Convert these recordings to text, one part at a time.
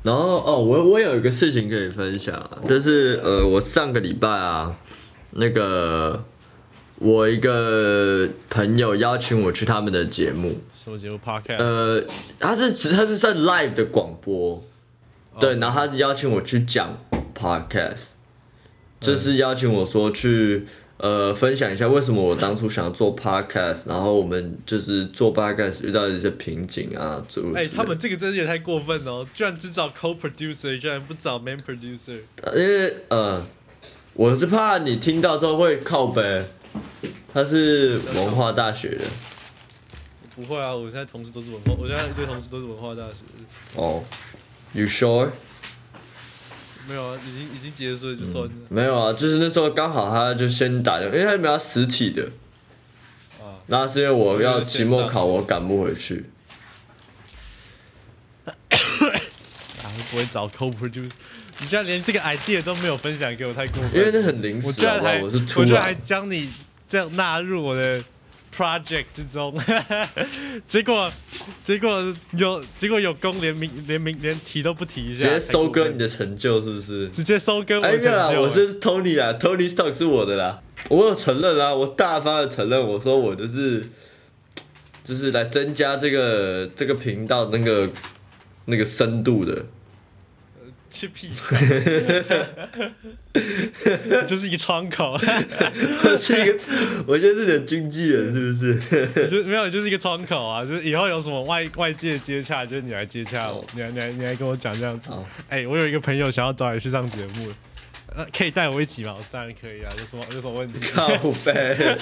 然后我有一个事情可以分享啊，就是我上个礼拜啊，那个我一个朋友邀请我去他们的节目， 什么节目 ？Podcast？ 他是算 live 的广播，对，然后他是邀请我去讲 podcast，就是邀请我说去分享一下为什么我当初想要做 podcast， 然后我们就是做 podcast 遇到的一些瓶颈啊，诸如此类的。 他们这个真的也太过分了哦，居然只找 co-producer， 居然不找 main producer。 因为我是怕你听到之后会靠北，他是文化大学的。 不会啊，我现在同事都是文化，我现在一堆同事都是文化大学的。 哦，You sure？ 没有啊，已经结束了就算了。 没有啊，就是那时候刚好他就先打电话，因为他没有实体的。那是因为我要期末考，我赶不回去。 不会找 co-producer， 你居然连这个 idea 都没有分享给我，太过分了。 因为那很临时，我是突然， 我居然还将你这样纳入我的 project 之中，结果有功连提都不提一下， 直接收割你的成就，是不是？ 直接收割我的成就。 没有啦，我是 Tony 啦 ，Tony Stark 是我的啦，我有承认啦，我大方的承认，我说我就是来增加这个频道那个深度的。 去屁！就是一个窗口。 我现在是你的经纪人，是不是？ 没有，就是一个窗口啊！就是以后有什么外界接洽，就是你来接洽我，你来跟我讲这样子。我有一个朋友想要找你去上节目，可以带我一起吗？我当然可以啊，有什么问题？ 靠北。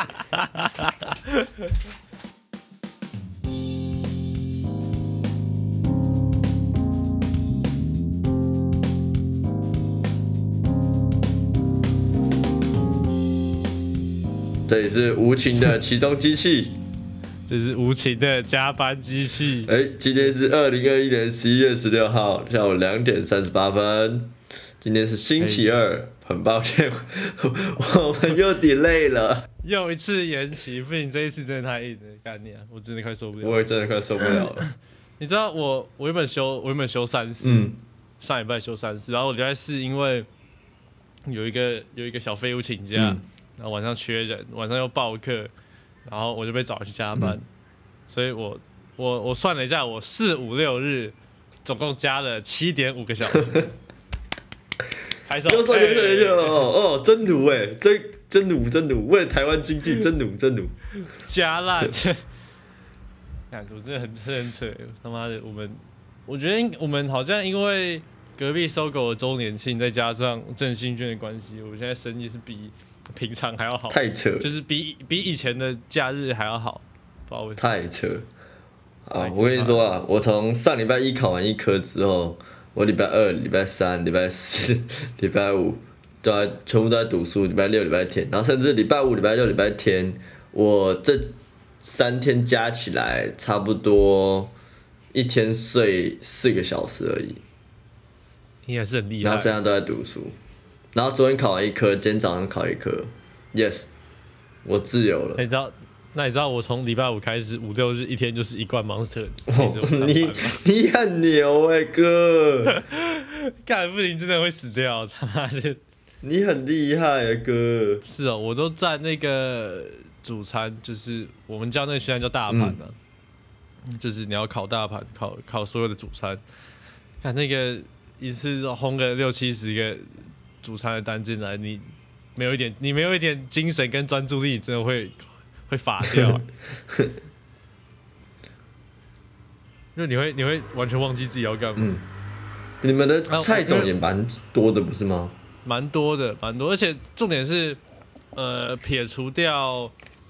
这里是无情的启动机器， 这是无情的加班机器。 今天是2021年11月16号下午2点38分，今天是星期二，很抱歉，我们又 delay 了， 又一次延期。不行，这一次真的太硬了，干你啊！我真的快受不了。 我也真的快受不了了。 你知道我原本修3次，上礼拜修3次，然后我礼拜4因为有一个小废物请假。然后晚上缺人，晚上又报课，然后我就被找去加班，所以我算了一下，我4、5、6日总共加了7.5个小时。拍手！ 优秀！真努真努，为了台湾经济真努。 加烂！我真的很扯，他妈的我觉得我们好像因为隔壁搜狗的周年庆，再加上振兴券的关系，我现在生意是比平常还要好， 太扯， 就是比以前的假日还要好，不知道为什么。 太扯啊！我跟你说啊，我从上礼拜1考完1科之后，我礼拜2、礼拜3、礼拜4、礼拜5全部都在读书，礼拜6、礼拜天，然后甚至礼拜5、礼拜6、礼拜天，我这3天加起来差不多一天睡4个小时而已。 你还是很厉害。 然后剩下都在读书。然后昨天考完1科，今天早上考1科 ，yes， 我自由了。 你知道我从礼拜5开始5、6日一天就是一罐 Monster。 你很牛哥， 干不行真的会死掉，他妈的！ 你很厉害哥。 是哦，我都占那个主餐，就是我们叫那个学校叫大盘啊，就是你要烤大盘，烤所有的主餐。看那个一次轰个60、70个主餐的单进来，你没有一点精神跟专注力，你真的会乏掉。就你会完全忘记自己要干嘛。 你们的菜种也蛮多的，不是吗？ 蛮多，而且重点是，撇除掉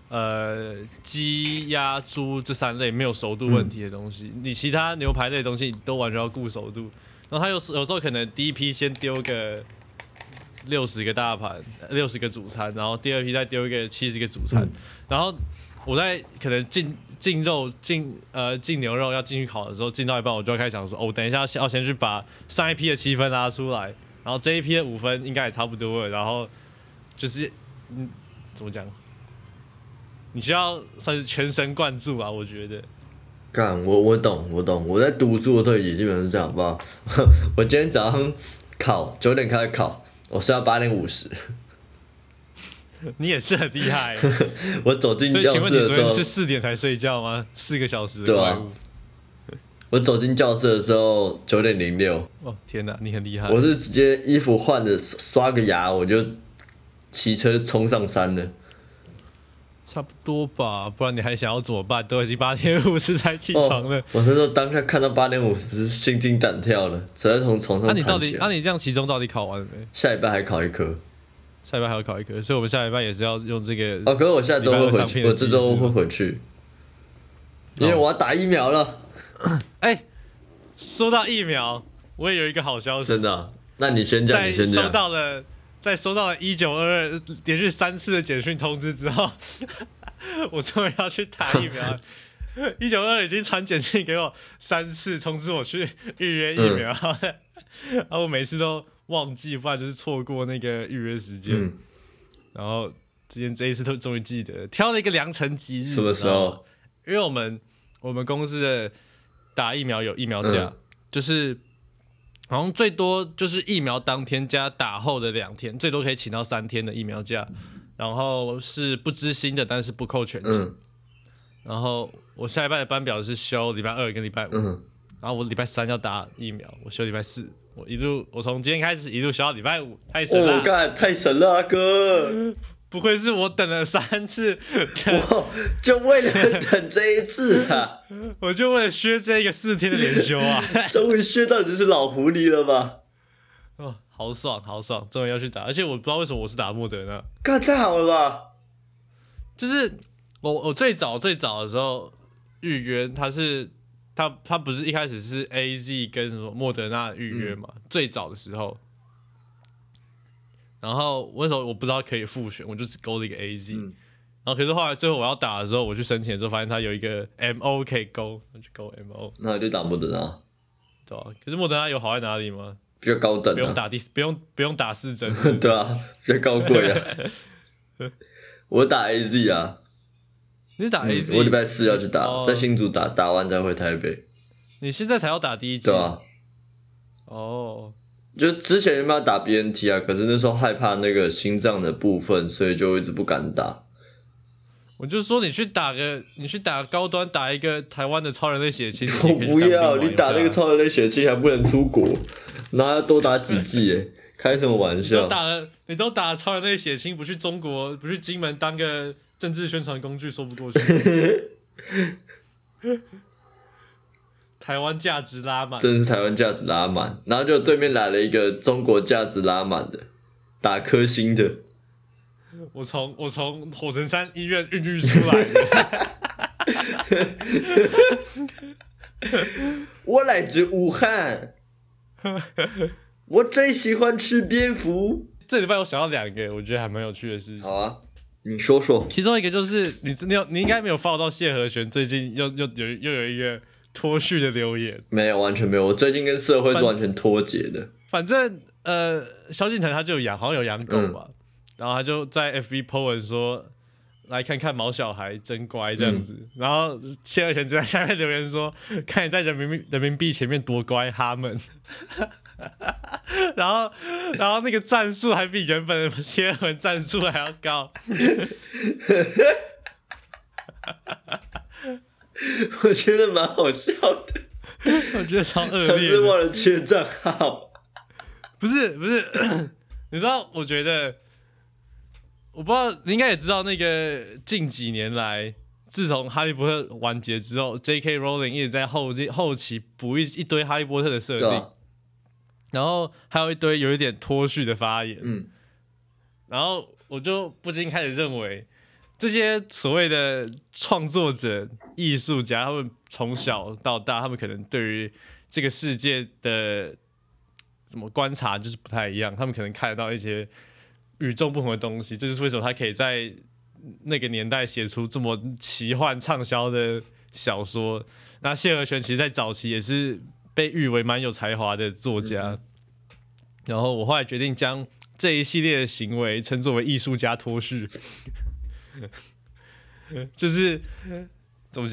鸡、鸭、猪这3类没有熟度问题的东西，你其他牛排类的东西都完全要顾熟度。然后他有时候可能第一批先丢个60个大盘，60个主餐，然后第2批再丢一个70个主餐，然后我在可能进牛肉要进去烤的时候，进到一半我就要开始想说，我等一下要先去把上一批的7分拉出来，然后这一批的5分应该也差不多了，然后就是怎么讲，你需要算是全神贯注吧，我觉得。 干，我懂，我在读书的时候也基本上是这样，好不好？我今天早上考9点开始考，我睡到8点50。 你也是很厉害。 我走进所以教请问你昨天室的时候， 是4点才睡觉吗？4个小时的对啊怪物。 我走进教室的时候9点06， 哦天哪，你很厉害。 我是直接衣服换着刷个牙，我就骑车冲上山了。 差不多吧，不然你还想要怎么办？都已经8点50才起床了。 我那时候当下看到8点50，心惊胆跳了，直接从床那、 上你到底， 弹起来。 你这样期中到底考完了没？ 下礼拜还考一科。 下礼拜还要考一科，所以我们下礼拜也是要用这个。 哦，可是我下周会回去， 礼拜二上片的我这周机制会回去，因为我要打疫苗了。 哎、说到疫苗，我也有一个好消息。 真的啊、那你先讲， 在收你先讲。 到了1922连续3次的简讯通知之后，我终于要去打疫苗了。1922已经传简讯给我3次，通知我去预约疫苗了，然后我每次都忘记，不然就是错过那个预约时间。然后这一次都终于记得，挑了一个良辰吉日。 什么时候？ 因为我们公司的打疫苗有疫苗假，就是好像最多就是疫苗当天加打后的2天，最多可以请到3天的疫苗假。然后是不支薪的，但是不扣全勤。然后我下礼拜的班表是休礼拜2跟礼拜5，然后我礼拜3要打疫苗，我休礼拜4。我从今天开始一路休到礼拜5，太神了！ 干，太神了，啊哥！ 不愧是我等了3次， 我就为了等这一次啊！ 我就为了削这个4天的连休啊！ 终于削到你是老狐狸了吧？ 哦，好爽，好爽！终于要去打，而且我不知道为什么我是打莫德纳， 干太好了吧？ 就是我最早的时候预约，他不是一开始是 AZ 跟什么莫德纳预约嘛？最早的时候，然后那时候我不知道可以复选，我就只勾了一个 AZ。然后可是后来最后我要打的时候，我去申请的时候发现它有一个 MO 可以勾，我就勾 MO。 那我就打莫德纳， 对啊，可是莫德纳有好在哪里吗？ 比较高等、啊， 不用打4针。 对啊，比较高贵啊。我打 AZ 啊。 你是打 AZ？、 我礼拜4要去打，在新竹打，打完再回台北。 你现在才要打第1剂？ 对啊。就之前原本要打 BNT 啊，可是那时候害怕那个心脏的部分，所以就一直不敢打。 我就说你去打高端，打一个台湾的超人类血清。 我不要，你打那个超人类血清还不能出国，然后要多打几剂耶，开什么玩笑？ 你都打了超人类血清，不去中国，不去金门当个政治宣传工具，说不过去。台湾价值拉满， 真的是台湾价值拉满，然后就对面来了一个中国价值拉满的，打颗星的。 我从火神山医院孕育出来的。 我来自武汉，我最喜欢吃蝙蝠。 这礼拜我想到2个，我觉得还蛮有趣的事情。 好啊，你说说。 其中一个就是你应该没有 follow 到谢和弦最近又有一个脱序的留言。 没有，完全没有。我最近跟社会是完全脱节的。 反正萧敬腾他就好像有养狗吧，然后他就在 FB po 文说，来看看毛小孩真乖这样子。然后谢和弦就在下面留言说，看你在人民币前面多乖，哈们。然后那个赞数还比原本的贴文赞数还要高。 我觉得蛮好笑的。 我觉得超恶劣的。 他是忘了切账号。 不是，你知道？我觉得，我不知道，你应该也知道，那个近几年来，自从《哈利波特》完结之后 ，J.K. Rowling 一直在后期补一堆《哈利波特》的设定，然后还有有一点脱序的发言。然后我就不禁开始认为，这些所谓的创作者、艺术家，他们从小到大，他们可能对于这个世界的什么观察就是不太一样，他们可能看得到一些与众不同的东西，这就是为什么他可以在那个年代写出这么奇幻畅销的小说。那谢和弦其实在早期也是被誉为蛮有才华的作家，然后我后来决定将这一系列的行为称作为艺术家脱序。就是怎么讲？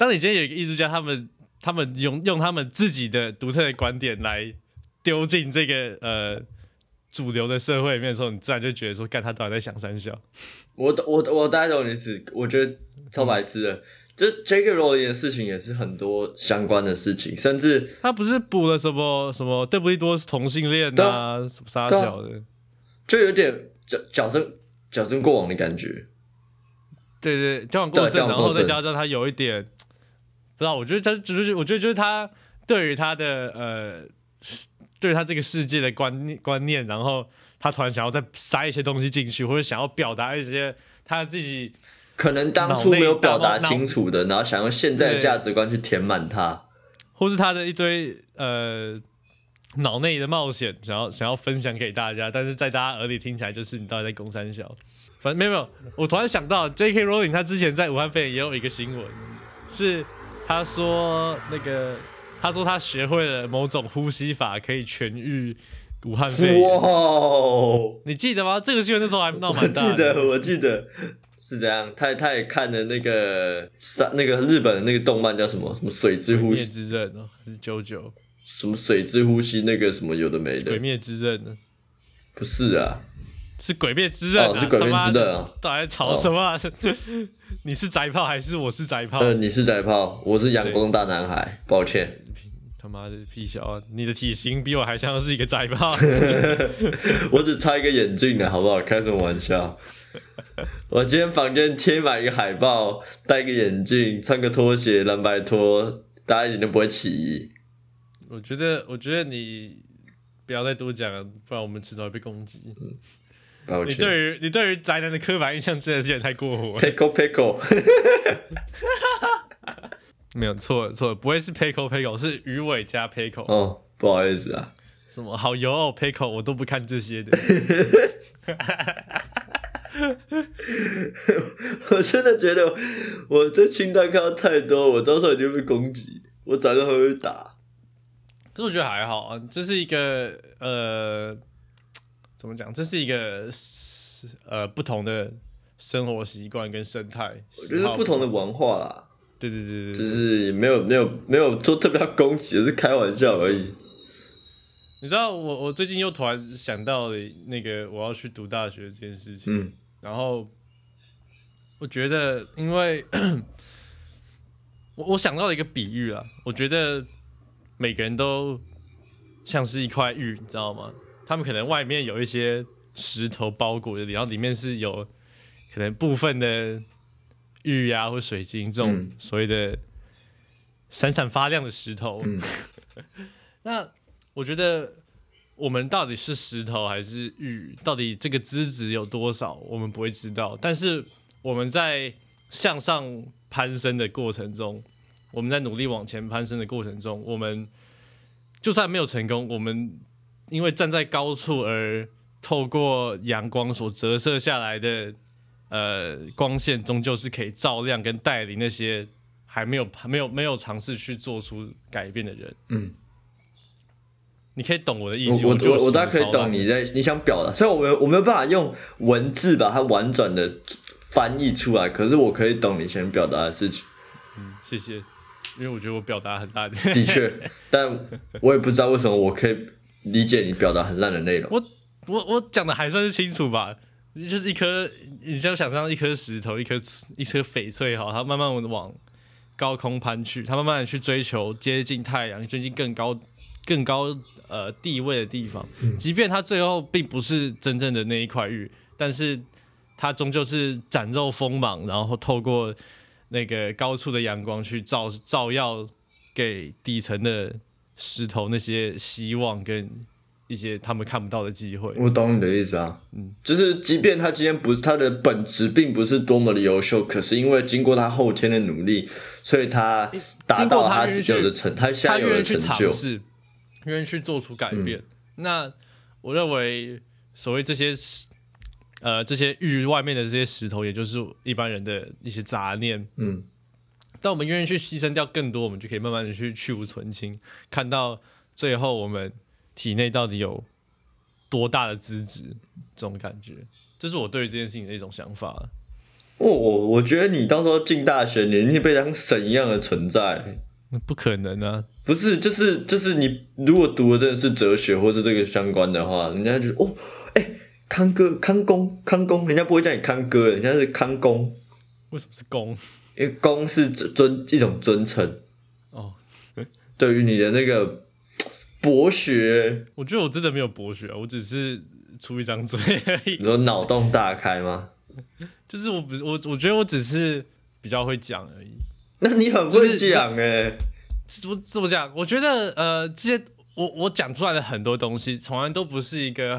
当你今天有一个艺术家，他们用他们自己的独特的观点来丢进这个主流的社会里面的时候，你自然就觉得说，干他到底在想三小？ 我大概懂你意思，我觉得超白痴的。就 J.K. Rowling 的事情也是很多相关的事情，甚至他不是补了什么邓布利多是同性恋啊，什么啥小的， 就有点矫正过往的感觉。 对，交往过正，然后再加上他有一点，不知道，我觉得就是他对于他的对于他这个世界的观念，然后他突然想要再塞一些东西进去，或者想要表达一些他自己可能当初没有表达清楚的，然后想用现在的价值观去填满它， 或是他的一堆脑内的冒险，想要分享给大家，但是在大家耳里听起来就是你到底在攻三小。反正没有，我突然想到 J.K. Rowling 他之前在武汉肺炎也有一个新闻，是他说他学会了某种呼吸法可以痊愈武汉肺炎。 哇， 你记得吗？这个新闻那时候还闹蛮大的。 我记得是这样。他也看了那个日本的那个动漫叫什么水之呼吸鬼灭之刃哦，还是JoJo？ 什么水之呼吸那个什么有的没的。 鬼灭之刃呢？ 不是啊。 是鬼灭之刃啊！ 是鬼灭之刃啊！ 到底在吵什么啊？你是宅炮还是我是宅炮？ 你是宅炮，我是阳光大男孩，抱歉。 他妈的屁小啊！你的体型比我还像是一个宅炮。 我只差一个眼镜了，好不好？开什么玩笑？我今天房间贴满一个海报，戴一个眼镜，穿个拖鞋，蓝白拖，大家一点都不会起疑。 我觉得你不要再多讲了，不然我们迟早会被攻击。 抱歉， 你对于宅男的刻板印象真的是有点太过火了。 Pickle， 没有错，不会是 Pickle， 是鱼尾加 Pickle。 哦，不好意思啊。 什么好油哦 Pickle， 我都不看这些的。 我真的觉得我在清单看到太多，我到时候一定会被攻击，我早就会被打。 可是我觉得还好啊，这是一个怎么讲？这是一个不同的生活习惯跟生态， 我觉得是不同的文化啦。 对， 只是没有做特别要攻击，是开玩笑而已。 你知道我最近又突然想到了那个我要去读大学这件事情，然后我觉得，因为我想到了一个比喻啊，我觉得每个人都像是一块玉，你知道吗？他们可能外面有一些石头包裹着，然后里面是有可能部分的玉啊或水晶这种所谓的闪闪发亮的石头。那我觉得我们到底是石头还是玉，到底这个资质有多少，我们不会知道。但是我们在向上攀升的过程中，我们在努力往前攀升的过程中，我们就算没有成功，我们因为站在高处而透过阳光所折射下来的光线，终究是可以照亮跟带领那些还没有尝试去做出改变的人。你可以懂我的意思。 我大概可以懂你想表达，所以我没有办法用文字把它婉转的翻译出来，可是我可以懂你想表达的事情。 谢谢，因为我觉得我表达很烂。 的确，但我也不知道为什么我可以理解你表达很烂的内容。 我讲的还算是清楚吧，就是一颗，你就想象一颗石头，一颗翡翠，好，它慢慢往高空攀去，它慢慢的去追求接近太阳，接近更高地位的地方。即便它最后并不是真正的那一块玉，但是它终究是展露锋芒，然后透过那个高处的阳光去照耀给底层的石头那些希望跟一些他们看不到的机会。 我懂你的意思啊，就是即便他今天不是他的本质并不是多么的优秀，可是因为经过他后天的努力，所以他达到他自己的他现在有的成就， 愿意去做出改变。那我认为所谓这些玉外面的这些石头，也就是一般人的一些杂念。但我们愿意去牺牲掉更多，我们就可以慢慢的去无存菁，看到最后我们体内到底有多大的资质，这种感觉，这是我对于这件事情的一种想法。 我觉得你到时候进大学，你一定被当神一样的存在。 不可能啊！ 不是，就是你如果读的真的是哲学或是这个相关的话，人家就哦，康哥、康公，人家不会叫你康哥，人家是康公。 为什么是公？ 因为公是一种尊称。 哦， 对于你的那个博学， 我觉得我真的没有博学，我只是出一张嘴而已。 你说脑洞大开吗？ 就是我觉得我只是比较会讲而已。 那你很会讲怎么讲？我觉得这些我讲出来的很多东西，从来都不是一个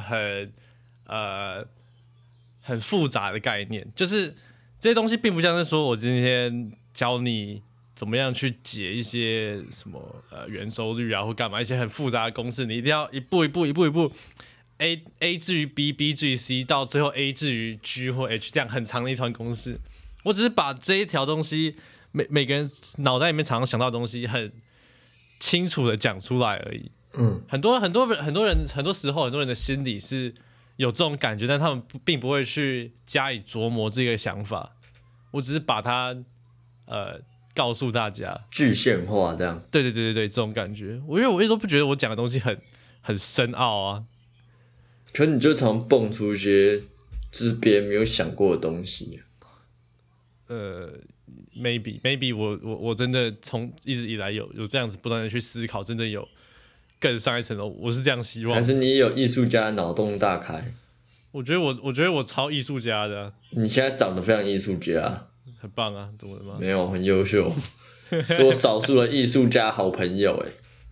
很复杂的概念，就是这些东西并不像是说我今天教你怎么样去解一些什么圆周率啊或干嘛一些很复杂的公式，你一定要一步A 至于 B 至于 C 到最后 A 至于 G 或 H 这样很长的一团公式。我只是把这一条东西每个人脑袋里面常常想到的东西很清楚的讲出来而已。很多人很多时候很多人的心里是有这种感觉，但他们并不会去加以琢磨这个想法。我只是把它告诉大家， 具象化这样。 对，这种感觉。因为我一直都不觉得我讲的东西很深奥啊。 可你就常蹦出一些就是别人没有想过的东西。 maybe 我真的从一直以来有这样子不断的去思考，真的有更上一层楼，我是这样希望。 还是你有艺术家脑洞大开？ 我觉得我超艺术家的啊。 你现在长得非常艺术家。 很棒啊，怎么了吗？ 没有，很优秀，是我少数的艺术家好朋友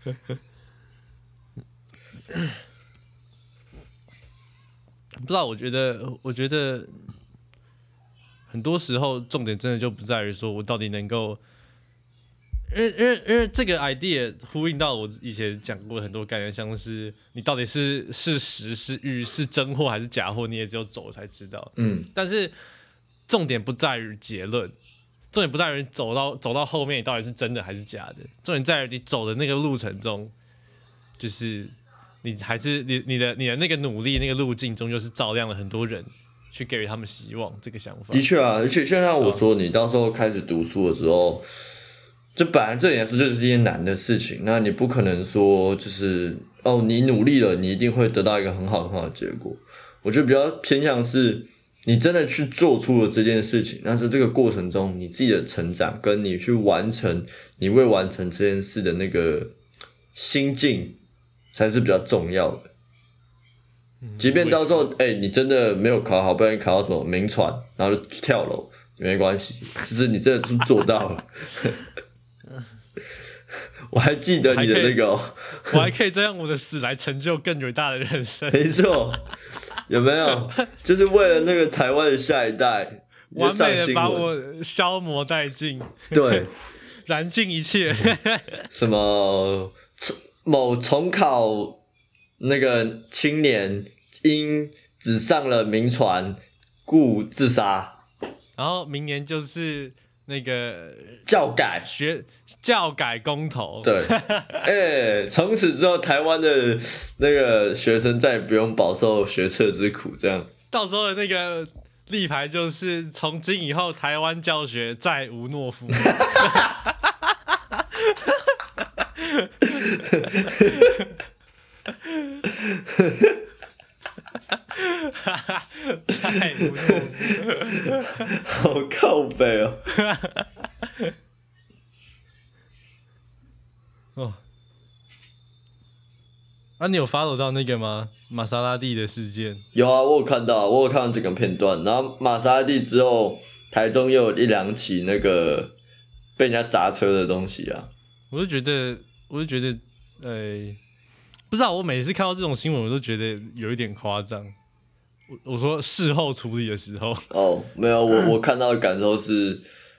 不知道，我觉得很多时候重点真的就不在于说我到底能够，因为这个 idea 呼应到我以前讲过的很多概念，像是你到底是实是欲是真货还是假货，你也只有走了才知道。但是重点不在于结论，重点不在于走到后面你到底是真的还是假的，重点在于你走的那个路程中，就是你还是你的那个努力那个路径中，就是照亮了很多人，去给予他们希望这个想法。 的确啊，而且就像我说，你到时候开始读书的时候，这本来对你来说就是一件难的事情，那你不可能说就是你努力了，你一定会得到一个很好的结果。我觉得比较偏向是你真的去做出了这件事情，但是这个过程中你自己的成长跟你去完成你未完成这件事的那个心境才是比较重要的。即便到时候你真的没有考好，不然你考到什么名传，然后就跳楼也没关系，就是你真的做到了。我还记得你的那个我还可以再用我的死来成就更伟大的人生。 没错，有没有？就是为了那个台湾的下一代， 完美的把我消磨殆尽， 对， 燃尽一切。 什么某重考那个青年因只上了名传故自杀， 然后明年就是那个教改公投。 对，从此之后台湾的那个学生再也不用饱受学测之苦，这样。 到时候的那个立牌就是从今以后台湾教学再无懦夫。太无诺， 好靠北哦。 你有 follow 到那个吗？玛莎拉蒂的事件？ 有啊，我有看到整个片段。然后玛莎拉蒂之后，台中又有一两起那个被人家砸车的东西啊。 我就觉得，不知道，我每次看到这种新闻，我都觉得有一点夸张。我说事后处理的时候， 没有，我看到的感受是，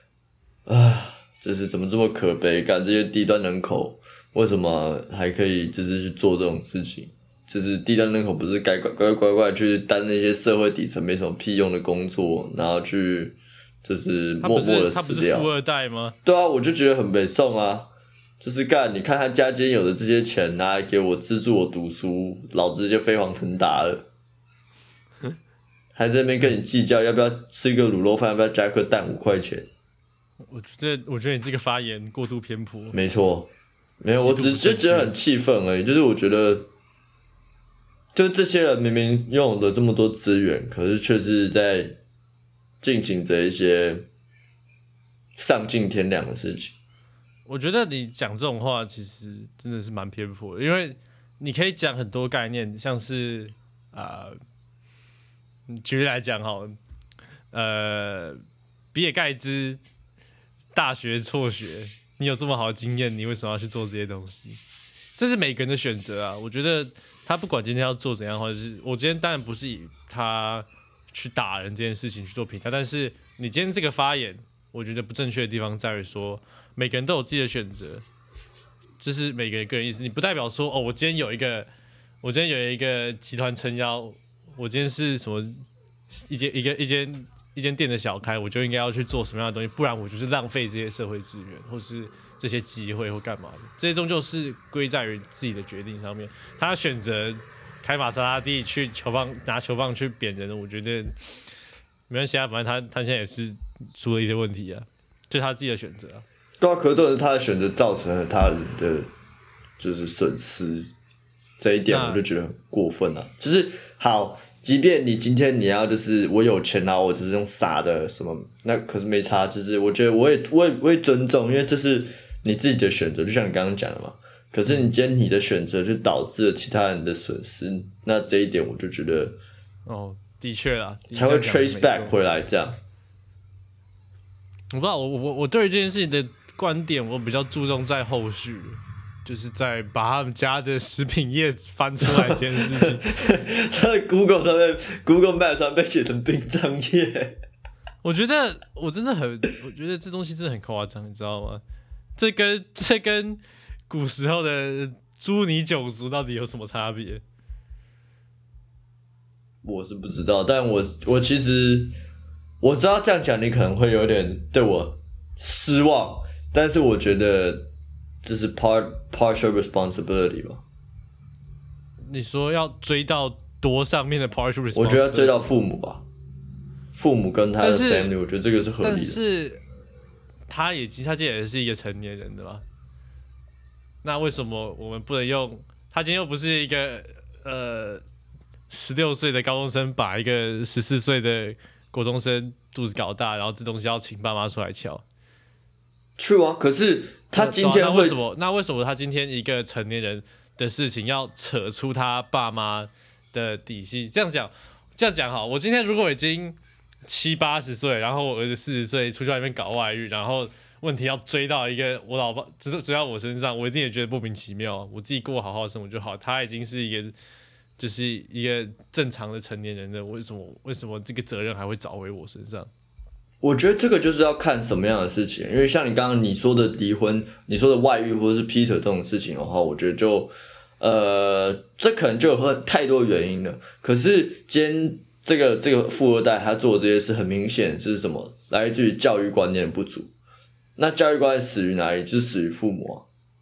就是怎么这么可悲？干这些低端人口为什么还可以就是去做这种事情？就是低端人口不是该乖去担那些社会底层没什么屁用的工作，然后去就是默默的死掉。 他不是富二代吗？ 对啊，我就觉得很北宋啊。就是干，你看他家今天有的这些钱拿来给我资助我读书，老子就飞黄腾达了。 还在那边跟你计较要不要吃一个卤肉饭，要不要加颗蛋5块钱。 我觉得你这个发言过度偏颇。 没错，没有，我只是觉得很气愤而已。就是我觉得，就这些人明明拥有了这么多资源，可是却是在进行着一些丧尽天良的事情。 我觉得你讲这种话其实真的是蛮偏颇的，因为你可以讲很多概念，像是举例来讲好了，比尔盖茨大学辍学，你有这么好的经验，你为什么要去做这些东西？这是每个人的选择啊。我觉得他不管今天要做怎样，或者是我今天当然不是以他去打人这件事情去做评价，但是你今天这个发言，我觉得不正确的地方在于说，每个人都有自己的选择，这是每个人个人意思。你不代表说，哦，我今天有一个集团撑腰，我今天是什么一间店的小开，我就应该要去做什么样的东西，不然我就是浪费这些社会资源，或是这些机会或干嘛的。这些终究是归在于自己的决定上面。他选择开玛莎拉蒂去拿球棒去扁人，我觉得没关系啊，反正他现在也是出了一些问题啊，就是他自己的选择啊。 对啊，可是这是他的选择造成了他人的就是损失，这一点我就觉得很过分啊。就是好，即便你今天你要就是我有钱啊，我就是用撒的什么，那可是没差。就是我觉得我也尊重，因为这是你自己的选择，就像你刚刚讲的嘛。可是你今天你的选择就导致了其他人的损失，那这一点我就觉得的确啦， 才会 trace back 回来这样。 我不知道，我对于这件事情的观点，我比较注重在后续，就是在把他们家的食品业翻出来这件事情。 他的 Google 上面 Google Map 上被写成殡葬业。 我觉得我觉得这东西真的很夸张，你知道吗？这跟古时候的诛泥九族到底有什么差别？ 我是不知道，但我其实我知道这样讲你可能会有点对我失望，但是我觉得这是 partial responsibility 吧。 你说要追到多上面的 partial responsibility？ 我觉得要追到父母吧，父母跟他的 family， 我觉得这个是合理的。 但是他也是一个成年人的嘛，那为什么我们不能用？他今天又不是一个16岁的高中生把一个14岁的国中生肚子搞大，然后这东西要请爸妈出来敲。 去啊！可是他今天会那为什么他今天一个成年人的事情要扯出他爸妈的底细？这样讲好，我今天如果已经70、80岁，然后我儿子40岁出去外面搞外遇，然后问题要追到一个我老爸追到我身上，我一定也觉得莫名其妙。我自己过好好的生活就好，他已经是一个正常的成年人了，为什么这个责任还会找回我身上？ 我觉得这个就是要看什么样的事情，因为像你刚刚你说的离婚，你说的外遇或者是劈腿这种事情的话，我觉得就这可能就有太多原因了。可是今天这个富二代他做的这些事，很明显是什么？来自于教育观念不足。那教育观念死于哪里？就是死于父母啊。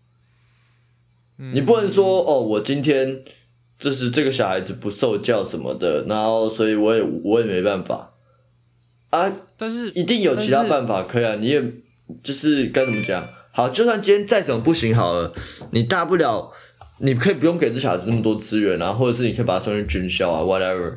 你不能说我今天就是这个小孩子不受教什么的，然后所以我也没办法啊。 但是一定有其他办法可以啊。你也就是该怎么讲？好，就算今天再怎么不行好了，你大不了你可以不用给这小孩子那么多资源啊，或者是你可以把他送去军校啊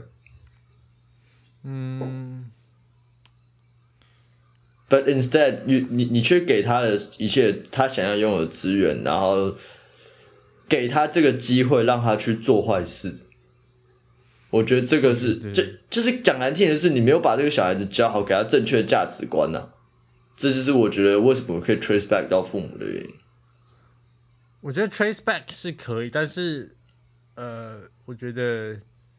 ，whatever。But instead， 你却给他的一切他想要拥有的资源，然后给他这个机会让他去做坏事。我觉得这个是就是讲难听的是，你没有把这个小孩子教好，给他正确的价值观啊。这就是我觉得为什么可以 trace back 到父母的原因。 我觉得 trace back 是可以，但是我觉得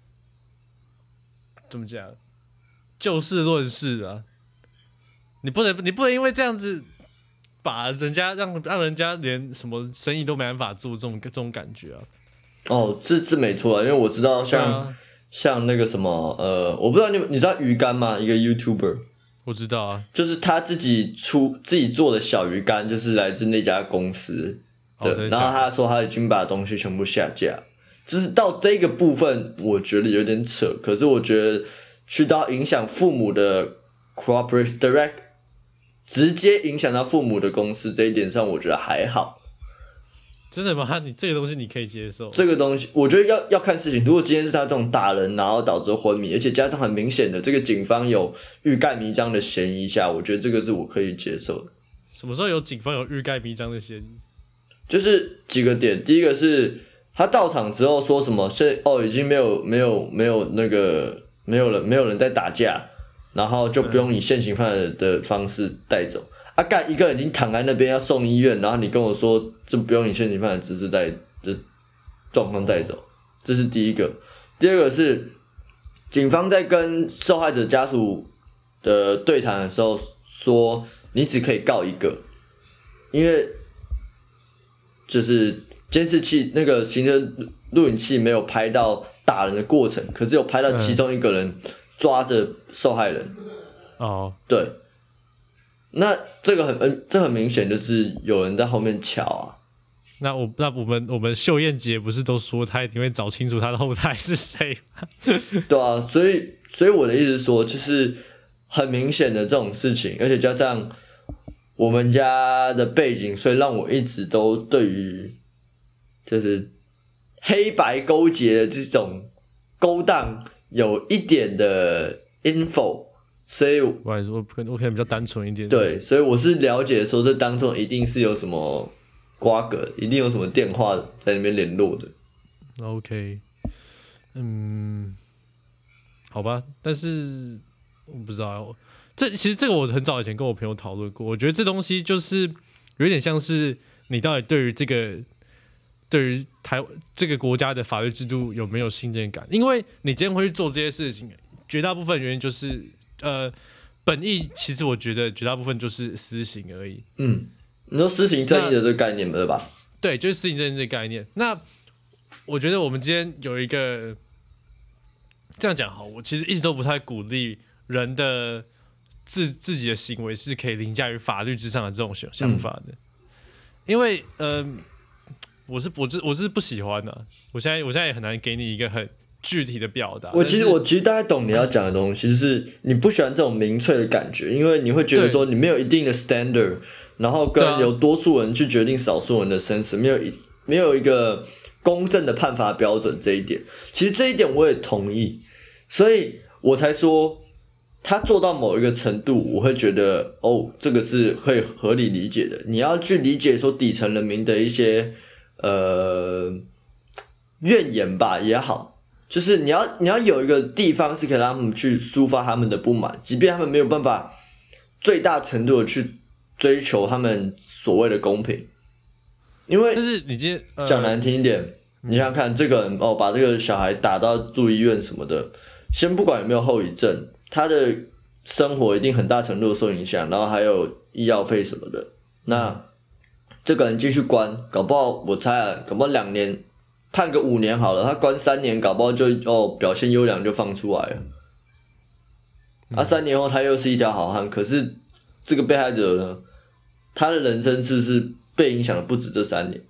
怎么讲，就事论事啊。你不能因为这样子把人家让人家连什么生意都没办法做，这种感觉啊。 这是没错啊，因为我知道像那个什么我不知道你知道鱼竿吗？一个 YouTuber。 我知道啊， 就是他自己做的小鱼竿，就是来自那家公司的。然后他说他已经把东西全部下架，就是到这个部分，我觉得有点扯。可是我觉得去到影响父母的 corporate direct， 直接影响到父母的公司，这一点上我觉得还好。 真的吗？你这个东西你可以接受？ 这个东西我觉得要看事情。如果今天是他这种打人，然后导致昏迷，而且加上很明显的这个警方有欲盖弥彰的嫌疑下，我觉得这个是我可以接受的。 什么时候有警方有欲盖弥彰的嫌疑？ 就是几个点，第一个是他到场之后说什么已经没有那个没有人在打架，然后就不用以现行犯的方式带走。干一个人已经躺在那边要送医院，然后你跟我说这不用以现行犯的姿势的状况带走，这是第一个。第二个是警方在跟受害者家属的对谈的时候说，你只可以告一个，因为就是监视器那个行车录影器没有拍到打人的过程，可是有拍到其中一个人抓着受害人。对。那这很明显就是有人在后面瞧啊。 那我们秀燕姐不是都说她一定会找清楚她的后台是谁吗？ 对啊，所以我的意思是说，就是很明显的这种事情，而且加上我们家的背景，所以让我一直都对于就是黑白勾结的这种勾当有一点的 info。所以我可能比较单纯一点。 对，所以我是了解说这当中一定是有什么瓜葛，一定有什么电话在那边联络的。 OK， 好吧，但是我不知道，其实这个我很早以前跟我朋友讨论过，我觉得这东西就是有点像是你到底对于这个国家的法律制度有没有信任感？因为你今天会去做这些事情，绝大部分原因就是本意其实我觉得绝大部分就是私刑而已。 你说私刑正义的这个概念对吧？ 对，就是私刑正义这个概念。那我觉得我们今天有一个这样讲好，我其实一直都不太鼓励人的自己的行为是可以凌驾于法律之上的这种想法的，因为我是不喜欢的。我现在也很难给你一个很具体的表达。我其实大概懂你要讲的东西，就是你不喜欢这种民粹的感觉，因为你会觉得说你没有一定的 standard， 然后跟由多数人去决定少数人的生死，没有一个公正的判罚标准。这一点，其实这一点我也同意，所以我才说他做到某一个程度，我会觉得这个是会合理理解的。你要去理解说底层人民的一些怨言吧也好。就是你要有一个地方是可以让他们去抒发他们的不满，即便他们没有办法最大程度的去追求他们所谓的公平。因为但是你今天讲难听一点，你想想看，这个人把这个小孩打到住医院什么的，先不管有没有后遗症，他的生活一定很大程度受影响，然后还有医药费什么的。那这个人继续关，搞不好我猜搞不好2年。判个5年好了，他关3年，搞不好就表现优良就放出来了。3年后他又是一条好汉，可是这个被害者呢，他的人生是不是被影响的不止这3年？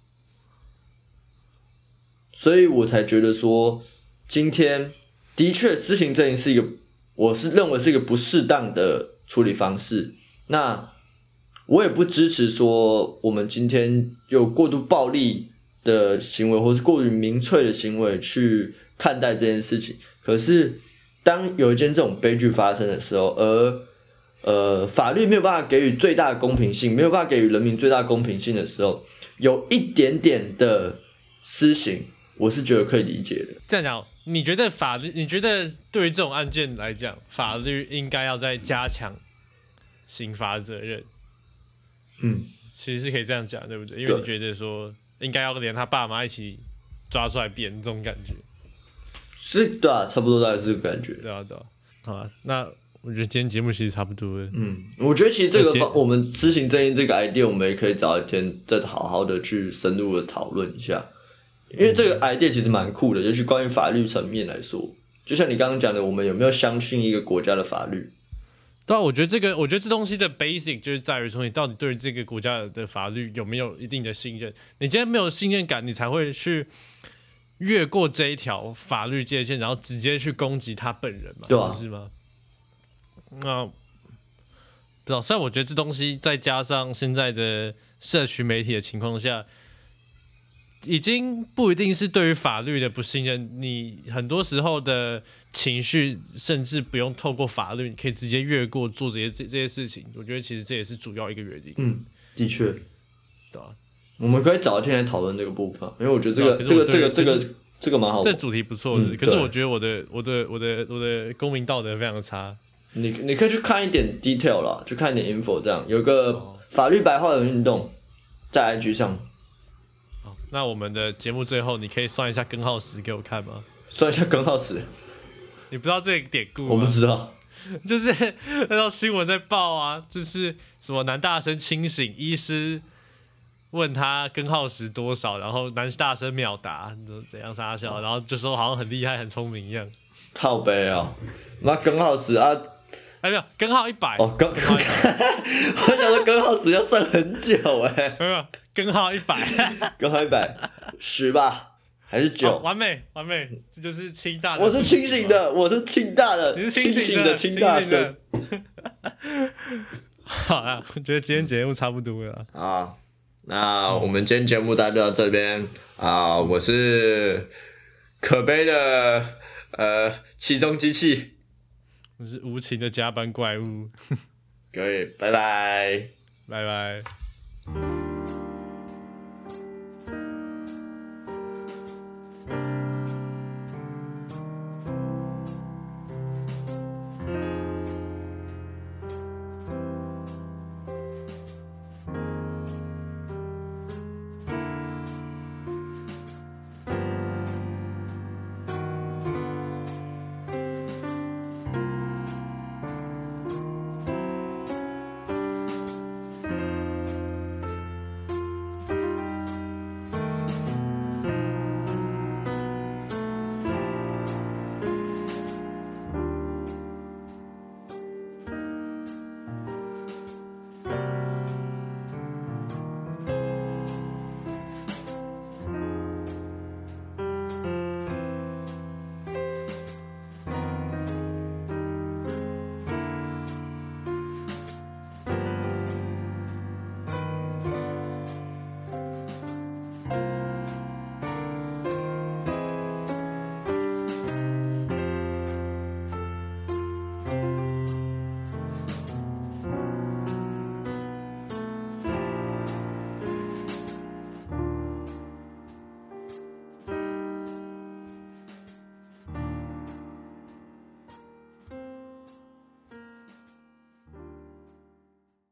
所以我才觉得说，今天的确私刑正义是一个，我是认为是一个不适当的处理方式。那我也不支持说我们今天有过度暴力的行为，或是过于民粹的行为去看待这件事情。可是当有一件这种悲剧发生的时候，而法律没有办法给予最大的公平性，没有办法给予人民最大的公平性的时候，有一点点的私刑，我是觉得可以理解的。 这样讲，你觉得对于这种案件来讲，法律应该要再加强刑罚责任？其实是可以这样讲，对不对？因为你觉得说应该要连他爸妈一起抓出来扁这种感觉， 是对啊，差不多大概是这个感觉。 对啊，好啊，那我觉得今天节目其实差不多了。 我觉得其实这个我们私刑正义这个 idea， 我们也可以找一天再好好的去深入的讨论一下，因为这个 idea 其实蛮酷的，尤其关于法律层面来说，就像你刚刚讲的，我们有没有相信一个国家的法律？ 对啊，我觉得这东西的 basic 就是在于说，你到底对于这个国家的法律有没有一定的信任？你今天没有信任感，你才会去越过这一条法律界限，然后直接去攻击他本人嘛？ 对啊， 不是吗？那不知道，虽然我觉得这东西再加上现在的社群媒体的情况下，已经不一定是对于法律的不信任，你很多时候的情绪甚至不用透过法律，你可以直接越过做这些事情。我觉得其实这也是主要一个原因。 嗯，的确， 对啊， 我们可以找一天来讨论这个部分，因为我觉得这个蛮好玩。 这主题不错的，可是我觉得我的公民道德非常的差。 你可以去看一点 detail 啦，去看一点 info， 这样有个法律白话文运动在 IG 上。 好，那我们的节目最后，你可以算一下根号时给我看吗？ 算一下根号时。 你不知道这个典故吗？ 我不知道。 就是那条新闻在报啊，就是什么男大生清醒，医师问他根号时多少，然后男大生秒答，怎样傻笑，然后就说好像很厉害、很聪明一样。 靠北啊！妈根号时啊！ 哎，没有根号100 哦，我想说根号时要算很久哎。 没有根号100， 根号100，10吧，还是9？ 哦，完美，这就是清大的。 我是清醒的，我是清大的， 你是清醒的清大生。 好啦，我觉得今天节目差不多了啊。那我们今天节目就到这边啊，我是可悲的期中机器。 我是无情的加班怪物。 可以，拜拜， 拜拜。